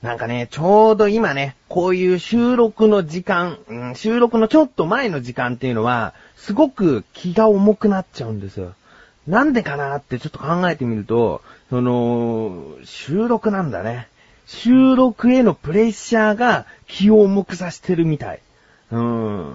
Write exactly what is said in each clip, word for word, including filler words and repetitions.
なんかね、ちょうど今ね、こういう収録の時間、うん、収録のちょっと前の時間っていうのは、すごく気が重くなっちゃうんですよ。なんでかなってちょっと考えてみると、その、収録なんだね。収録へのプレッシャーが気を重くさせてるみたい。うん。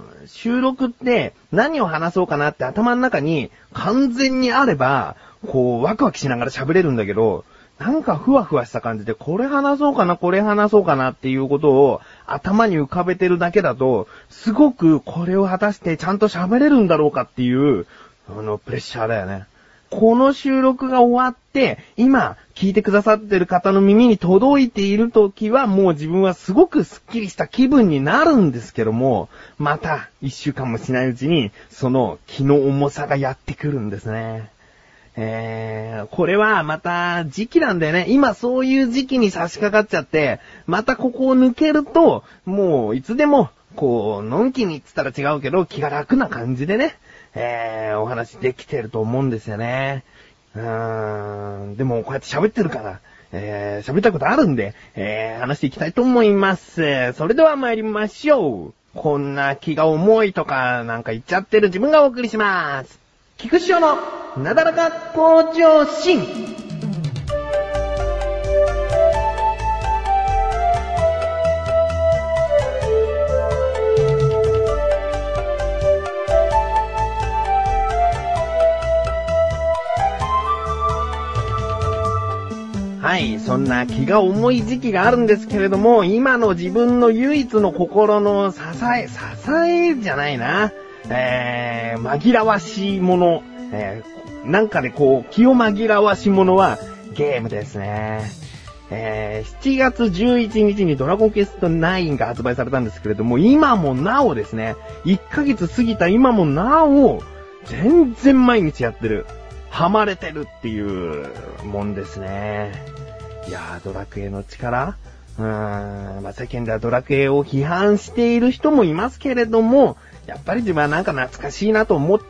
収録って何を話そうかなって頭の中に完全にあれば、こうワクワクしながら喋れるんだけど、なんかふわふわした感じでこれ話そうかな、これ話そうかなっていうことを頭に浮かべてるだけだと、すごくこれを果たしてちゃんと喋れるんだろうかっていう、あの、プレッシャーだよね。この収録が終わって、今、聞いてくださってる方の耳に届いているときは、もう自分はすごくスッキリした気分になるんですけども、また、一週間もしないうちに、その気の重さがやってくるんですね。えー、これはまた時期なんだよね。今そういう時期に差し掛かっちゃって、またここを抜けると、もういつでも、こう、のんきにって言ったら違うけど、気が楽な感じでね、えー、お話できてると思うんですよね。うーん、でもこうやって喋ってるから、えー、喋ったことあるんで、えー、話していきたいと思います。それでは参りましょう。こんな気が重いとかなんか言っちゃってる自分がお送りします。菊師匠のなだらか向上心。はい、そんな気が重い時期があるんですけれども、今の自分の唯一の心の支え、支えじゃないな。えー、紛らわしいもの、えー、なんかでこう、気を紛らわしものはゲームですね。えー、しちがつじゅういちにちにドラゴンクエストナインが発売されたんですけれども、今もなおですね、いっかげつ過ぎた今もなお、全然毎日やってる。ハマれてるっていうもんですね。いやー、ドラクエの力うーん、まあ、世間ではドラクエを批判している人もいますけれども、やっぱり自分はなんか懐かしいなと思って、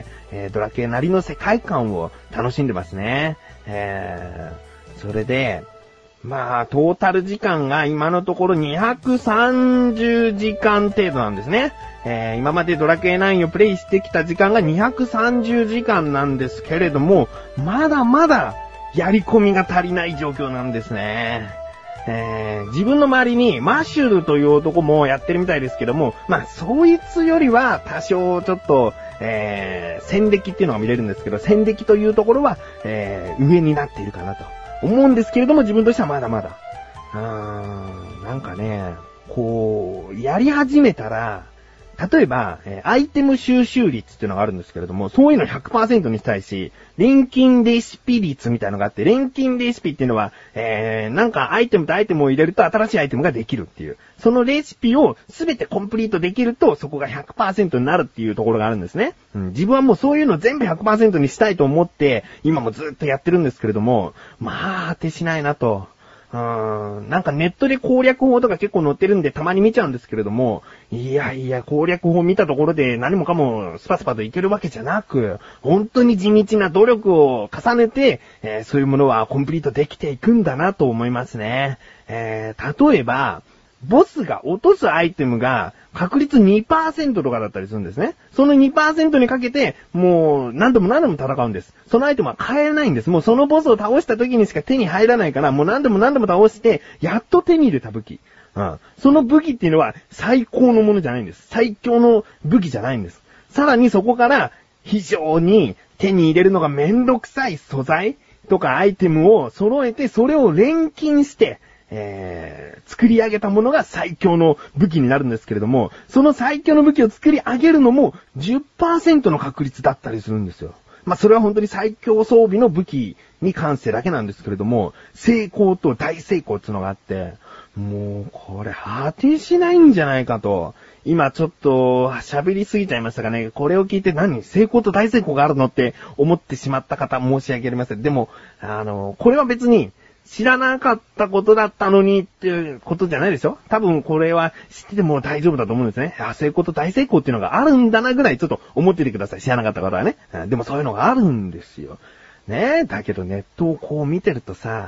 えー、ドラクエなりの世界観を楽しんでますね。えー、それで、まあ、トータル時間が今のところにひゃくさんじゅうじかん程度なんですね。えー、今までドラクエナインをプレイしてきた時間がにひゃくさんじゅうじかんなんですけれども、まだまだやり込みが足りない状況なんですね。えー、自分の周りにマッシュルという男もやってるみたいですけども、まあ、そいつよりは多少ちょっと、えー、戦歴っていうのが見れるんですけど、戦歴というところは、えー、上になっているかなと思うんですけれども、自分としてはまだまだ。うーん、なんかね、こう、やり始めたら、例えば、えー、アイテム収集率っていうのがあるんですけれども、そういうの ひゃくパーセント にしたいし、錬金レシピ率みたいなのがあって、錬金レシピっていうのは、えー、なんかアイテムとアイテムを入れると新しいアイテムができるっていう。そのレシピをすべてコンプリートできると、そこが ひゃくパーセント になるっていうところがあるんですね。うん、自分はもうそういうの全部 ひゃくパーセント にしたいと思って、今もずっとやってるんですけれども、まあ、当てしないなと。うーん、なんかネットで攻略法とか結構載ってるんでたまに見ちゃうんですけれども、いやいや攻略法見たところで何もかもスパスパといけるわけじゃなく、本当に地道な努力を重ねて、えー、そういうものはコンプリートできていくんだなと思いますね。えー、例えば、ボスが落とすアイテムが確率 にパーセント とかだったりするんですね。その にパーセント にかけて、もう何度も何度も戦うんです。そのアイテムは買えないんです。もうそのボスを倒した時にしか手に入らないから、もう何度も何度も倒して、やっと手に入れた武器。うん。その武器っていうのは最高のものじゃないんです。最強の武器じゃないんです。さらにそこから非常に手に入れるのがめんどくさい素材とかアイテムを揃えて、それを錬金して、えー、作り上げたものが最強の武器になるんですけれども、その最強の武器を作り上げるのも じゅっパーセント の確率だったりするんですよ。まあ、それは本当に最強装備の武器に関してだけなんですけれども、成功と大成功っていうのがあって、もうこれ果てしないんじゃないかと。今ちょっと喋りすぎちゃいましたかね。これを聞いて何成功と大成功があるのって思ってしまった方申し訳ありません。でも、あの、これは別に知らなかったことだったのにっていうことじゃないでしょ？多分これは知ってても大丈夫だと思うんですね。あ、成功と大成功っていうのがあるんだなぐらいちょっと思っててください。知らなかった方はね。でもそういうのがあるんですよ。ねえ、だけどネットをこう見てるとさ、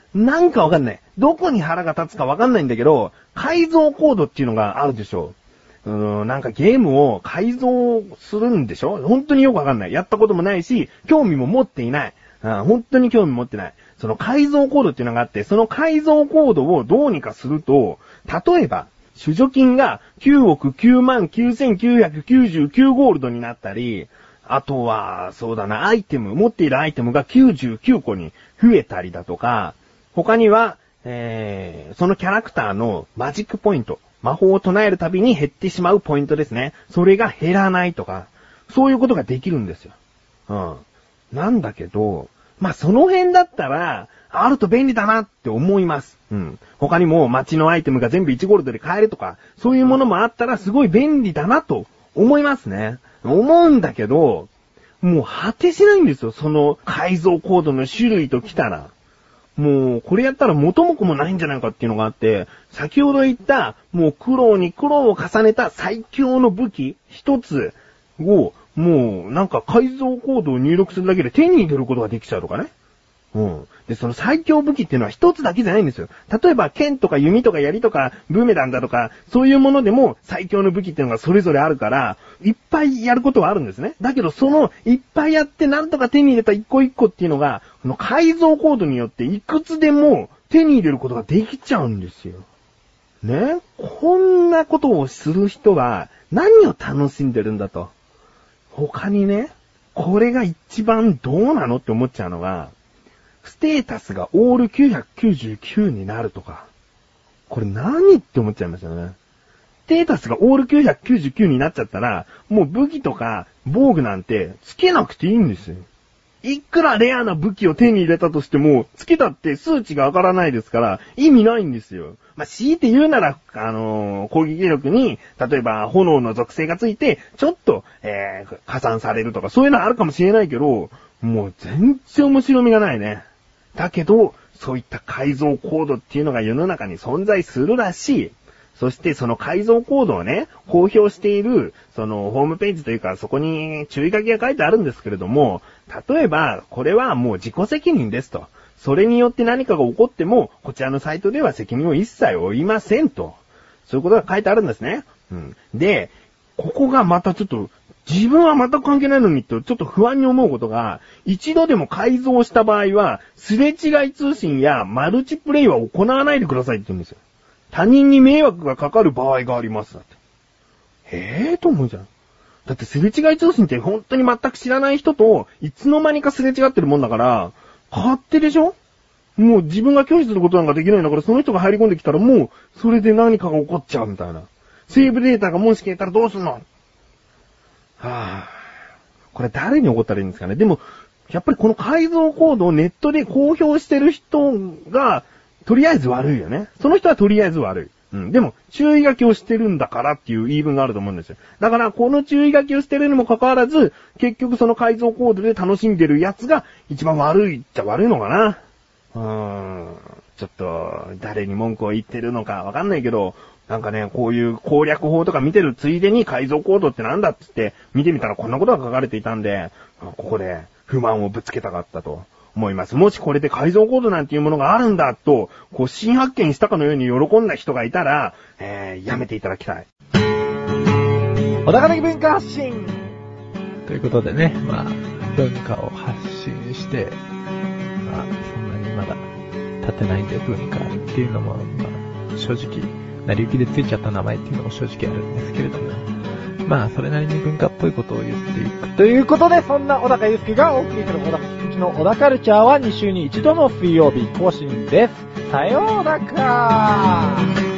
なんかわかんない。どこに腹が立つかわかんないんだけど、改造コードっていうのがあるでしょ。うーん、なんかゲームを改造するんでしょ？本当によくわかんない。やったこともないし、興味も持っていない。うん、本当に興味持ってない。その改造コードっていうのがあって、その改造コードをどうにかすると、例えば、主助金がきゅうおくきゅうまんきゅうせんきゅうひゃくきゅうじゅうきゅうゴールドになったり、あとは、そうだな、アイテム、持っているアイテムがきゅうじゅうきゅうこに増えたりだとか、他には、えー、そのキャラクターのマジックポイント、魔法を唱えるたびに減ってしまうポイントですね。それが減らないとか、そういうことができるんですよ。うん。なんだけど、まあ、その辺だったら、あると便利だなって思います。うん。他にも街のアイテムが全部いちゴールドで買えるとか、そういうものもあったらすごい便利だなと思いますね。思うんだけど、もう果てしないんですよ。その改造コードの種類ときたら。もう、これやったら元も子もないんじゃないかっていうのがあって、先ほど言った、もう苦労に苦労を重ねた最強の武器一つを、もう、なんか改造コードを入力するだけで手に入れることができちゃうとかね。うん。で、その最強武器っていうのは一つだけじゃないんですよ。例えば、剣とか弓とか槍とか、ブーメランだとか、そういうものでも最強の武器っていうのがそれぞれあるから、いっぱいやることはあるんですね。だけど、その、いっぱいやってなんとか手に入れた一個一個っていうのが、この改造コードによっていくつでも手に入れることができちゃうんですよ。ね？こんなことをする人は何を楽しんでるんだと。他にね、これが一番どうなのって思っちゃうのが、ステータスがオールきゅうひゃくきゅうじゅうきゅうになるとか。これ何って思っちゃいましたね。ステータスがオールきゅうひゃくきゅうじゅうきゅうになっちゃったら、もう武器とか防具なんてつけなくていいんですよ。いくらレアな武器を手に入れたとしても、つけたって数値が上がらないですから、意味ないんですよ。まあ、強いて言うなら、あのー、攻撃力に、例えば炎の属性がついて、ちょっと、えー、加算されるとか、そういうのはあるかもしれないけど、もう全然面白みがないね。だけど、そういった改造コードっていうのが世の中に存在するらしい。そしてその改造コードをね、公表している、そのホームページというかそこに注意書きが書いてあるんですけれども、例えばこれはもう自己責任ですと。それによって何かが起こっても、こちらのサイトでは責任を一切負いませんと。そういうことが書いてあるんですね。うん。で、ここがまたちょっと、自分は全く関係ないのにとちょっと不安に思うことが、一度でも改造した場合は、すれ違い通信やマルチプレイは行わないでくださいって言うんですよ。他人に迷惑がかかる場合があります。だって。へぇーと思うじゃん。だってすれ違い通信って本当に全く知らない人といつの間にかすれ違ってるもんだから、勝手でしょ？もう自分が拒否することなんかできないんだから、その人が入り込んできたらもうそれで何かが起こっちゃうみたいな。セーブデータがもし消えたらどうすんの？はぁ、あ、これ誰に起こったらいいんですかね。でも、やっぱりこの改造コードをネットで公表してる人が、とりあえず悪いよね。その人はとりあえず悪い。うん。でも、注意書きをしてるんだからっていう言い分があると思うんですよ。だから、この注意書きをしてるにもかかわらず、結局その改造コードで楽しんでるやつが一番悪いっちゃ悪いのかな。うーん。ちょっと、誰に文句を言ってるのかわかんないけど、なんかね、こういう攻略法とか見てるついでに改造コードってなんだって言って見てみたらこんなことが書かれていたんで、ここで不満をぶつけたかったと思います。もしこれで改造コードなんていうものがあるんだと、こう新発見したかのように喜んだ人がいたら、えー、やめていただきたい。 小高的文化発信ということでね、まあ、文化を発信して、まあ、そんなにまだ立てないんで文化っていうのも、まあ、正直、成り行きでついちゃった名前っていうのも正直あるんですけれども、まあ、それなりに文化っぽいことを言っていく。 ということで、そんな小高祐介がお送りする小高菊池の小高カルチャーはに週に一度の水曜日更新です。さようなら。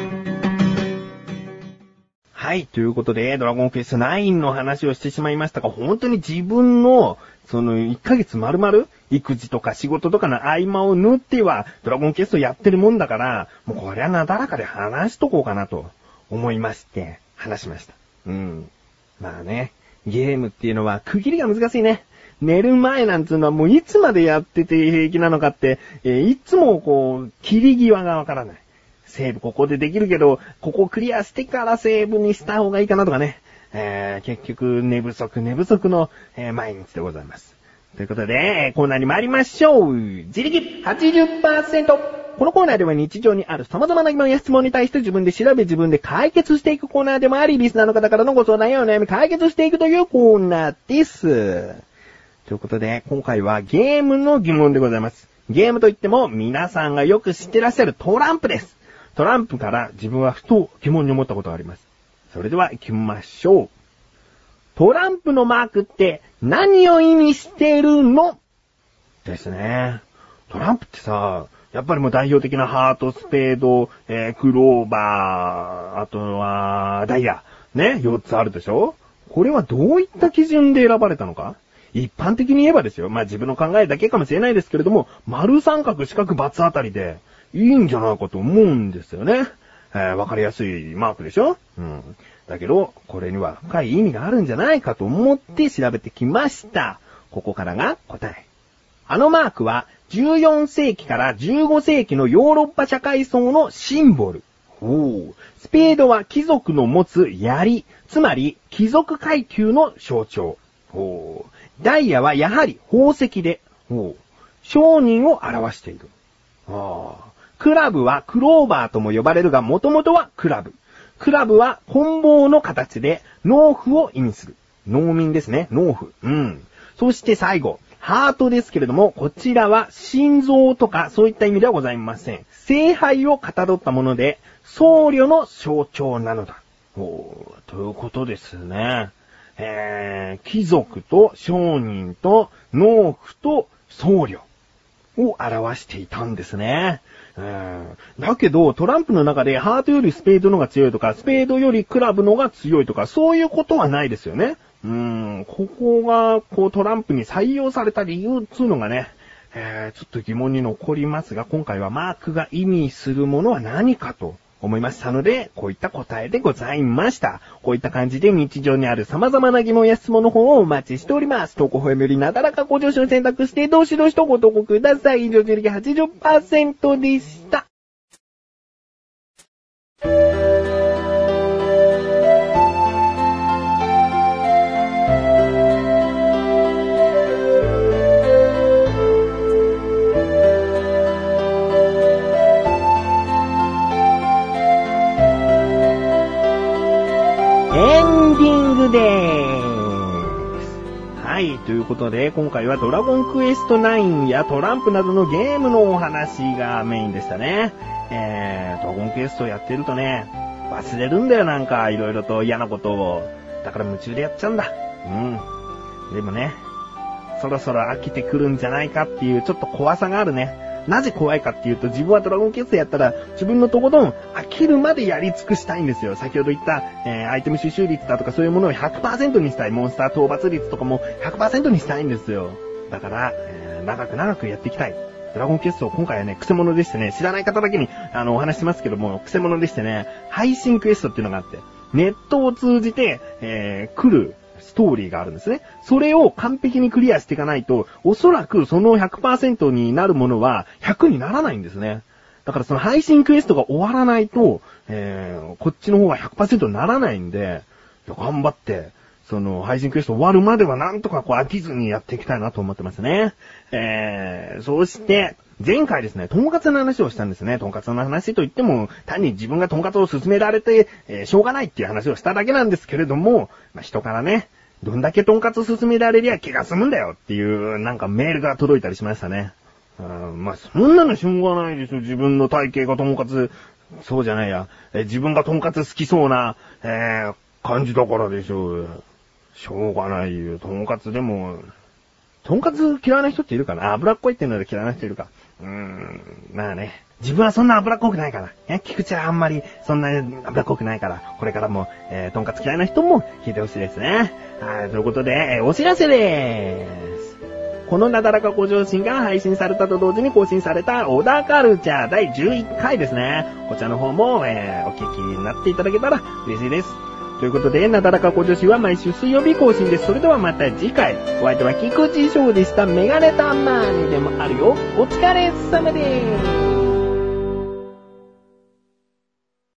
はい、ということで、ドラゴンクエストナインの話をしてしまいましたが、本当に自分の、そのいっかげつ丸々、育児とか仕事とかの合間を縫っては、ドラゴンクエストやってるもんだから、もうこれはなだらかで話しとこうかなと思いまして、話しました。うん。まあね、ゲームっていうのは区切りが難しいね。寝る前なんつうのはもういつまでやってて平気なのかって、えー、いつもこう、切り際がわからない。セーブここでできるけど、ここクリアしてからセーブにした方がいいかなとかね。えー、結局寝不足寝不足の、えー、毎日でございます。ということで、コーナーに参りましょう。自力 はちじゅっパーセント。 このコーナーでは日常にある様々な疑問や質問に対して自分で調べ自分で解決していくコーナーでもあり、リスナーの方からのご相談やお悩み解決していくというコーナーです。ということで、今回はゲームの疑問でございます。ゲームといっても皆さんがよく知ってらっしゃるトランプです。トランプから自分はふと疑問に思ったことがあります。それでは行きましょう。トランプのマークって何を意味してるの？ですね。トランプってさ、やっぱりもう代表的なハート、スペード、えー、クローバー、あとはダイヤ、ね、よっつあるでしょ？これはどういった基準で選ばれたのか？一般的に言えばですよ。まあ自分の考えだけかもしれないですけれども、丸三角四角×あたりでいいんじゃないかと思うんですよね。えー、わかりやすいマークでしょ？うん。だけど、これには深い意味があるんじゃないかと思って調べてきました。ここからが答え。あのマークはじゅうよんせいきからじゅうごせいきのヨーロッパ社会層のシンボル。おー。スペードは貴族の持つ槍、つまり貴族階級の象徴。おー。ダイヤはやはり宝石で、おー。商人を表している。あー。クラブはクローバーとも呼ばれるが、もともとはクラブ。クラブは棍棒の形で農夫を意味する。農民ですね。農夫。うん。そして最後。ハートですけれども、こちらは心臓とかそういった意味ではございません。聖杯をかたどったもので、僧侶の象徴なのだ。おー、ということですね。えー、貴族と商人と農夫と僧侶を表していたんですね。うん、だけど、トランプの中でハートよりスペードのが強いとか、スペードよりクラブのが強いとか、そういうことはないですよね。うーん、ここが、こうトランプに採用された理由っていうのがね、えー、ちょっと疑問に残りますが、今回はマークが意味するものは何かと思いましたので、こういった答えでございました。こういった感じで日常にある様々な疑問や質問の方をお待ちしております。投稿フォームよりなだらかご助手を選択して、どしどしとご投稿ください。以上、自力 はちじゅっパーセント でした。でーす。はい、ということで、今回はドラゴンクエストナインやトランプなどのゲームのお話がメインでしたね。えー、ドラゴンクエストやってるとね、忘れるんだよ、なんか、いろいろと嫌なことを。だから夢中でやっちゃうんだ。うん。でもね、そろそろ飽きてくるんじゃないかっていうちょっと怖さがあるね。なぜ怖いかっていうと、自分はドラゴンクエストやったら、自分のとことん飽きるまでやり尽くしたいんですよ。先ほど言った、えー、アイテム収集率だとかそういうものを ひゃくパーセント にしたい。モンスター討伐率とかも ひゃくパーセント にしたいんですよ。だから、えー、長く長くやっていきたい。ドラゴンクエスト今回はね、クセモノでしてね、知らない方だけに、あの、お話しますけども、クセモノでしてね、配信クエストっていうのがあって、ネットを通じて、えー、来る、ストーリーがあるんですね。それを完璧にクリアしていかないと、おそらくその ひゃくパーセント になるものはひゃくにならないんですね。だからその配信クエストが終わらないと、えー、こっちの方は ひゃくパーセント にならないんで、頑張って、その配信クエスト終わるまではなんとかこう飽きずにやっていきたいなと思ってますね。えー、そして、前回ですね、とんかつの話をしたんですね。とんかつの話といっても、単に自分がとんかつを勧められて、えー、しょうがないっていう話をしただけなんですけれども、まあ、人からね、どんだけとんかつ勧められりゃ気が済むんだよっていう、なんかメールが届いたりしましたね。うん、まあ、そんなのしょうがないでしょ。自分の体型がとんかつ、そうじゃないや。えー、自分がとんかつ好きそうな、えー、感じだからでしょう。しょうがないよ。とんかつでも、とんかつ嫌いな人っているかな？脂っこいっていうので嫌いな人いるか。うーん、まあね。自分はそんな脂っこくないから。ね、菊池はあんまりそんな脂っこくないから、これからも、えー、とんかつ嫌いな人も聞いてほしいですね。はい、ということで、えー、お知らせでーす。このなだらか向上心が配信されたと同時に更新された小田カルチャーだいじゅういっかいですね。こちらの方も、えー、お聞きになっていただけたら嬉しいです。ということで、なだらか向上心は毎週水曜日更新です。それではまた次回。お相手は菊池翔でした。メガネタマンでもあるよ。お疲れ様でーす。